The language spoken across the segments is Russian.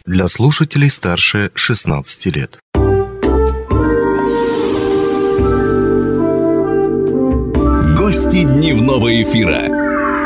для слушателей старше 16 лет. Гости дневного эфира.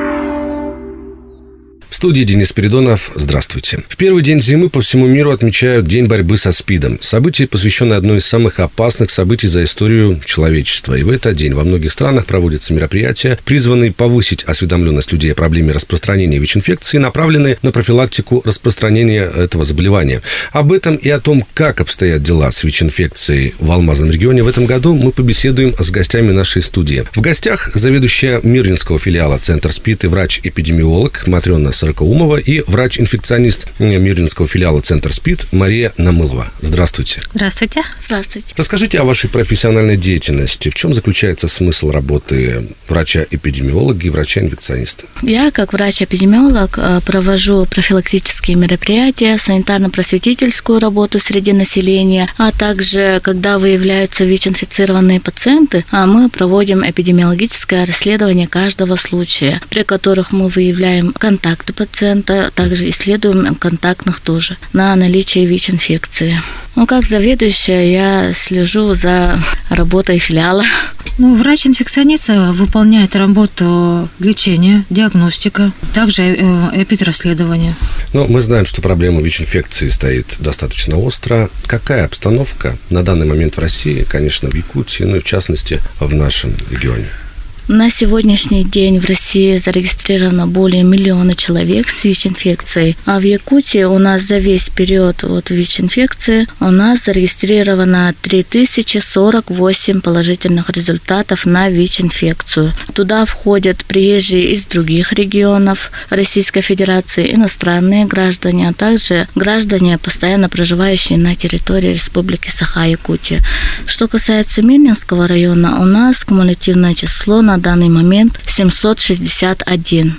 В студии Денис Спиридонов. Здравствуйте. В первый день зимы по всему миру отмечают День борьбы со СПИДом. Событие, посвященное одной из самых опасных событий за историю человечества. И в этот день во многих странах проводятся мероприятия, призванные повысить осведомленность людей о проблеме распространения ВИЧ-инфекции, направленные на профилактику распространения этого заболевания. Об этом и о том, как обстоят дела с ВИЧ-инфекцией в Алмазном регионе в этом году, мы побеседуем с гостями нашей студии. В гостях заведующая Мирнинского филиала Центр СПИД и врач-эпидемиолог Матрена Сорокоумова и врач-инфекционист Мирнинского филиала Центр СПИД Мария Намылова. Здравствуйте. Здравствуйте. Здравствуйте. Расскажите о вашей профессиональной деятельности. В чем заключается смысл работы врача-эпидемиолога и врача-инфекциониста? Я, как врач-эпидемиолог, провожу профилактические мероприятия, санитарно-просветительскую работу среди населения, а также, когда выявляются ВИЧ-инфицированные пациенты, мы проводим эпидемиологическое расследование каждого случая, при которых мы выявляем контакты пациента, также исследуем контактных тоже на наличие ВИЧ-инфекции. Как заведующая я слежу за работой филиала. Врач-инфекционист выполняет работу лечения, диагностика, также эпидрасследование. Мы знаем, что проблема ВИЧ-инфекции стоит достаточно остро. Какая обстановка на данный момент в России, конечно, в Якутии, и в частности в нашем регионе? На сегодняшний день в России зарегистрировано более 1 миллиона человек с ВИЧ-инфекцией, а в Якутии у нас за весь период ВИЧ-инфекции у нас зарегистрировано 3048 положительных результатов на ВИЧ-инфекцию. Туда входят приезжие из других регионов Российской Федерации, иностранные граждане, а также граждане, постоянно проживающие на территории Республики Саха-Якутия. Что касается Мирнинского района, у нас кумулятивное число на данный момент 761.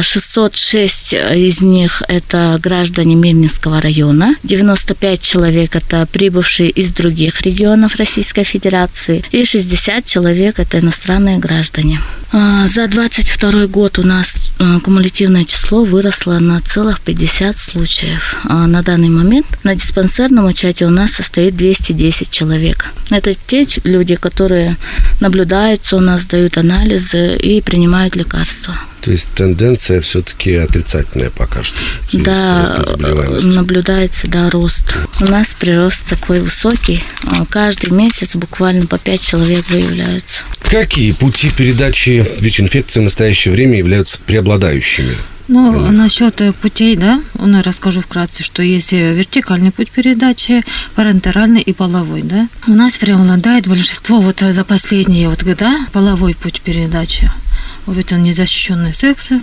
606 из них – это граждане Мирнинского района, 95 человек – это прибывшие из других регионов Российской Федерации, и 60 человек – это иностранные граждане. За 2022 год у нас кумулятивное число выросло на целых 50 случаев. На данный момент на диспансерном учете у нас состоит 210 человек. Это те люди, которые наблюдаются у нас, дают анализы и принимают лекарства. То есть тенденция все-таки отрицательная пока что. Да, наблюдается, рост. У нас прирост такой высокий. Каждый месяц буквально по 5 человек выявляются. Какие пути передачи ВИЧ-инфекции в настоящее время являются преобладающими? Насчет путей, я расскажу вкратце, что есть вертикальный путь передачи, парентеральный и половой, У нас преобладает большинство за последние года половой путь передачи. Это незащищенные сексы,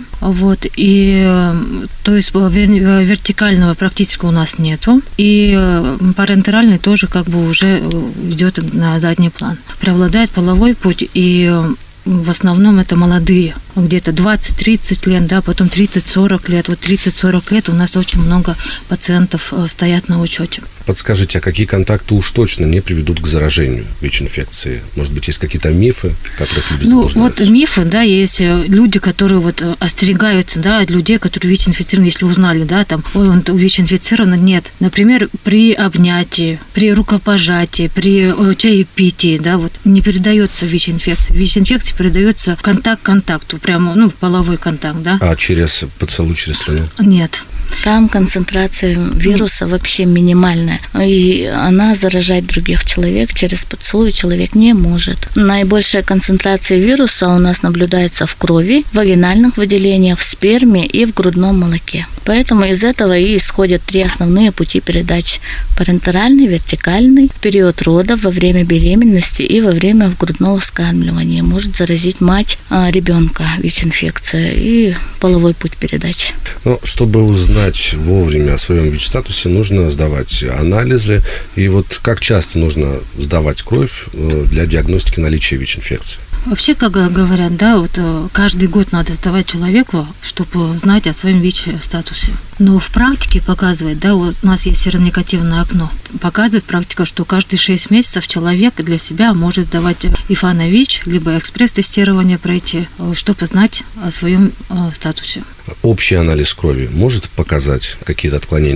и то есть вертикального практически у нас нету, и парентеральный тоже уже идет на задний план. Преобладает половой путь, и в основном это молодые, где-то 20-30 лет, потом 30-40 лет. 30-40 лет у нас очень много пациентов стоят на учете. Подскажите, а какие контакты уж точно не приведут к заражению ВИЧ-инфекции? Может быть, есть какие-то мифы, которых люди заблуждаются? Мифы, есть люди, которые остерегаются, от людей, которые ВИЧ-инфицированы, если узнали, он ВИЧ-инфицирован, нет. Например, при обнятии, при рукопожатии, при чаепитии, не передается ВИЧ-инфекция. ВИЧ-инфекция передается контакт к контакту, прямо, половой контакт, А через поцелуй, через слюну? Нет. Там концентрация вируса вообще минимальная, и она заражать других человек через поцелуй человек не может. Наибольшая концентрация вируса у нас наблюдается в крови, в вагинальных выделениях, в сперме и в грудном молоке. Поэтому из этого и исходят 3 основные пути передачи: парентеральный, вертикальный, в период родов, во время беременности и во время грудного вскармливания. Может заразить мать ребенка ВИЧ-инфекция, и половой путь передачи. Чтобы узнать вовремя о своем ВИЧ-статусе, нужно сдавать анализы. И как часто нужно сдавать кровь для диагностики наличия ВИЧ-инфекции? Вообще, как говорят, каждый год надо сдавать человеку, чтобы знать о своем ВИЧ-статусе. Но в практике показывает, у нас есть серонегативное окно, показывает практика, что каждые 6 месяцев человек для себя может сдавать ИФА на ВИЧ, либо экспресс-тестирование пройти, чтобы знать о своем статусе. Общий анализ крови может показать какие-то отклонения?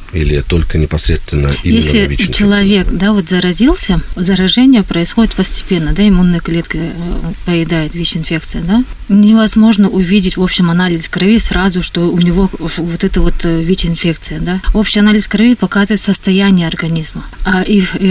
Или только непосредственно именно если на ВИЧ-инфекцию? Человек, да, вот заразился, заражение происходит постепенно, да, иммунная клетка поедает ВИЧ-инфекция, да. Невозможно увидеть в общем анализе крови сразу, что у него вот это вот ВИЧ-инфекция, да. Общий анализ крови показывает состояние организма, а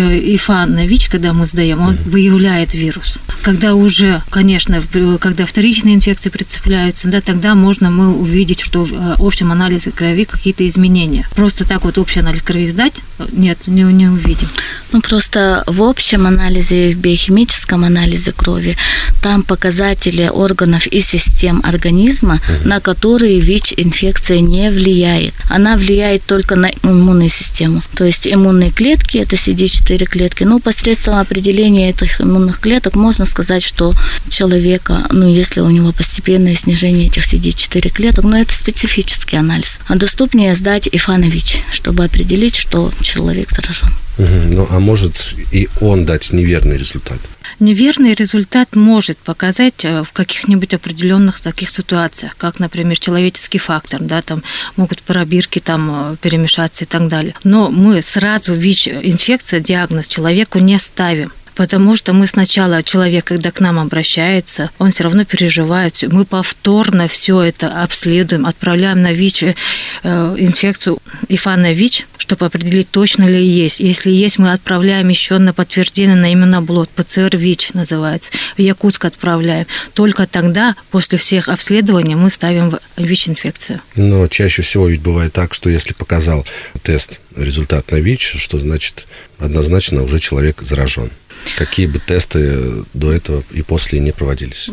ИФА на ВИЧ, когда мы сдаем, он выявляет вирус. Когда уже, конечно, когда вторичные инфекции прицепляются, да, тогда можно мы увидеть, что в общем анализе крови какие-то изменения. Просто так вот общий анализ крови сдать, нет, не увидим. Ну, просто в общем анализе, в биохимическом анализе крови, там показатели органов и систем организма, на которые ВИЧ-инфекция не влияет. Она влияет только на иммунную систему. То есть иммунные клетки, это CD4 клетки. Ну, посредством определения этих иммунных клеток можно сказать, что человека, ну, если у него постепенное снижение этих CD4 клеток, но это специфический анализ. А доступнее сдать ИФА на ВИЧ, чтобы определить, что человек заражен. Ну, а может и он дать неверный результат? Неверный результат может показать в каких-нибудь определенных таких ситуациях, как, например, человеческий фактор, да, там могут пробирки там перемешаться и так далее. Но мы сразу ВИЧ-инфекция, диагноз человеку не ставим. Потому что мы сначала, человек, когда к нам обращается, он все равно переживает. Мы повторно все это обследуем, отправляем на ВИЧ-инфекцию ИФА на ВИЧ, чтобы определить, точно ли есть. Если есть, мы отправляем еще на подтверждение на иммуноблот, ПЦР-ВИЧ называется, в Якутск отправляем. Только тогда, после всех обследований, мы ставим ВИЧ-инфекцию. Но чаще всего ведь бывает так, что если показал тест результат на ВИЧ, что значит однозначно уже человек заражен. Какие бы тесты до этого и после не проводились?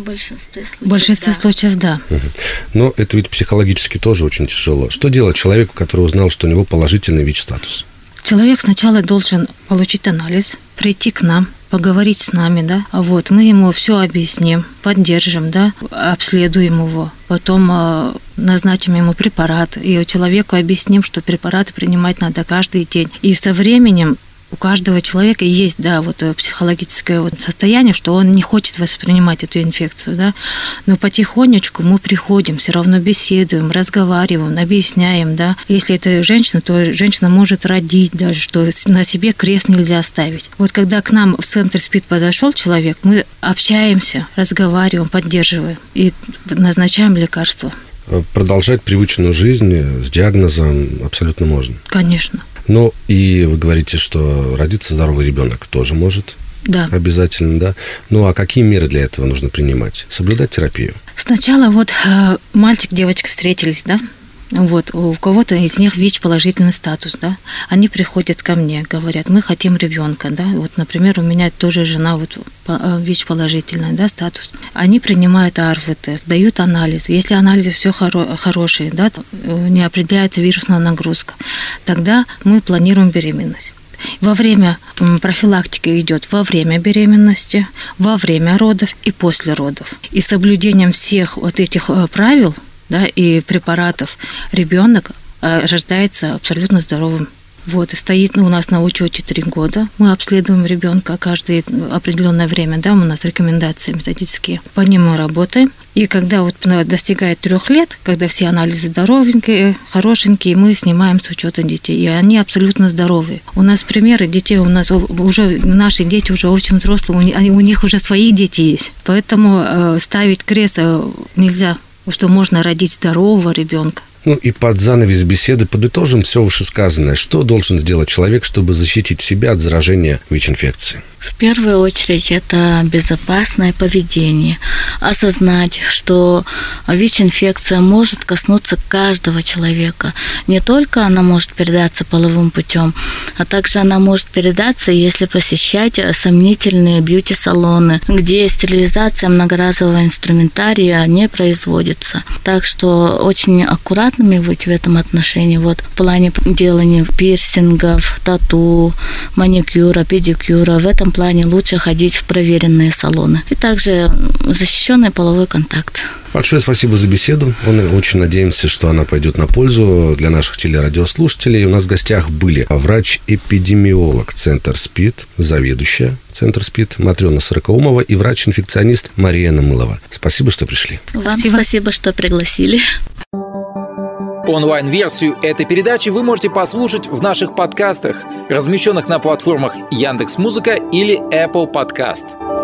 В большинстве случаев, да. Но это ведь психологически тоже очень тяжело. Что делать человеку, который узнал, что у него положительный ВИЧ-статус? Человек сначала должен получить анализ, прийти к нам, поговорить с нами, да. Вот, мы ему все объясним, поддержим, да, обследуем его, потом назначим ему препарат, и человеку объясним, что препараты принимать надо каждый день. И со временем у каждого человека есть, да, вот психологическое вот состояние, что он не хочет воспринимать эту инфекцию, да, но потихонечку мы приходим, все равно беседуем, разговариваем, объясняем, да. Если это женщина, то женщина может родить даже, что на себе крест нельзя ставить. Вот когда к нам в центр СПИД подошел человек, мы общаемся, разговариваем, поддерживаем и назначаем лекарства. Продолжать привычную жизнь с диагнозом абсолютно можно? Конечно. Ну, и вы говорите, что родиться здоровый ребенок тоже может? Да. Обязательно, да. Ну, а какие меры для этого нужно принимать? Соблюдать терапию? Сначала вот мальчик, девочка встретились, да? Вот, у кого-то из них ВИЧ положительный статус, да, они приходят ко мне, говорят, мы хотим ребенка, да, вот, например, у меня тоже жена вот ВИЧ положительный, да, статус. Они принимают АРВ-тест, сдают анализ. Если анализы все хорошие, да, не определяется вирусная нагрузка, тогда мы планируем беременность. Во время профилактика идет во время беременности, во время родов и после родов. И с соблюдением всех вот этих правил, да, и препаратов ребенок рождается абсолютно здоровым. Вот, и стоит у нас на учете 3 года. Мы обследуем ребенка каждое определенное время, да, у нас рекомендации методические. По ним мы работаем. И когда вот достигает 3 лет, когда все анализы здоровенькие, хорошенькие, мы снимаем с учета детей. И они абсолютно здоровые. У нас примеры детей, у нас уже наши дети уже очень взрослые, у них уже свои дети есть. Поэтому ставить крест нельзя, что можно родить здорового ребенка. Ну и под занавес беседы подытожим все вышесказанное. Что должен сделать человек, чтобы защитить себя от заражения ВИЧ-инфекцией? В первую очередь это безопасное поведение. Осознать, что ВИЧ-инфекция может коснуться каждого человека. Не только она может передаться половым путем, а также она может передаться, если посещать сомнительные бьюти-салоны, где стерилизация многоразового инструментария не производится. Так что очень аккуратными быть в этом отношении. Вот в плане делания пирсингов, тату, маникюра, педикюра. В этом плане лучше ходить в проверенные салоны. И также защищенный половой контакт. Большое спасибо за беседу. Мы очень надеемся, что она пойдет на пользу для наших телерадиослушателей. У нас в гостях были врач-эпидемиолог Центр СПИД, заведующая Центр СПИД Матрена Сорокаумова и врач-инфекционист Мария Намылова. Спасибо, что пришли. Вам спасибо, что пригласили. Онлайн-версию этой передачи вы можете послушать в наших подкастах, размещенных на платформах Яндекс.Музыка или Apple Podcast.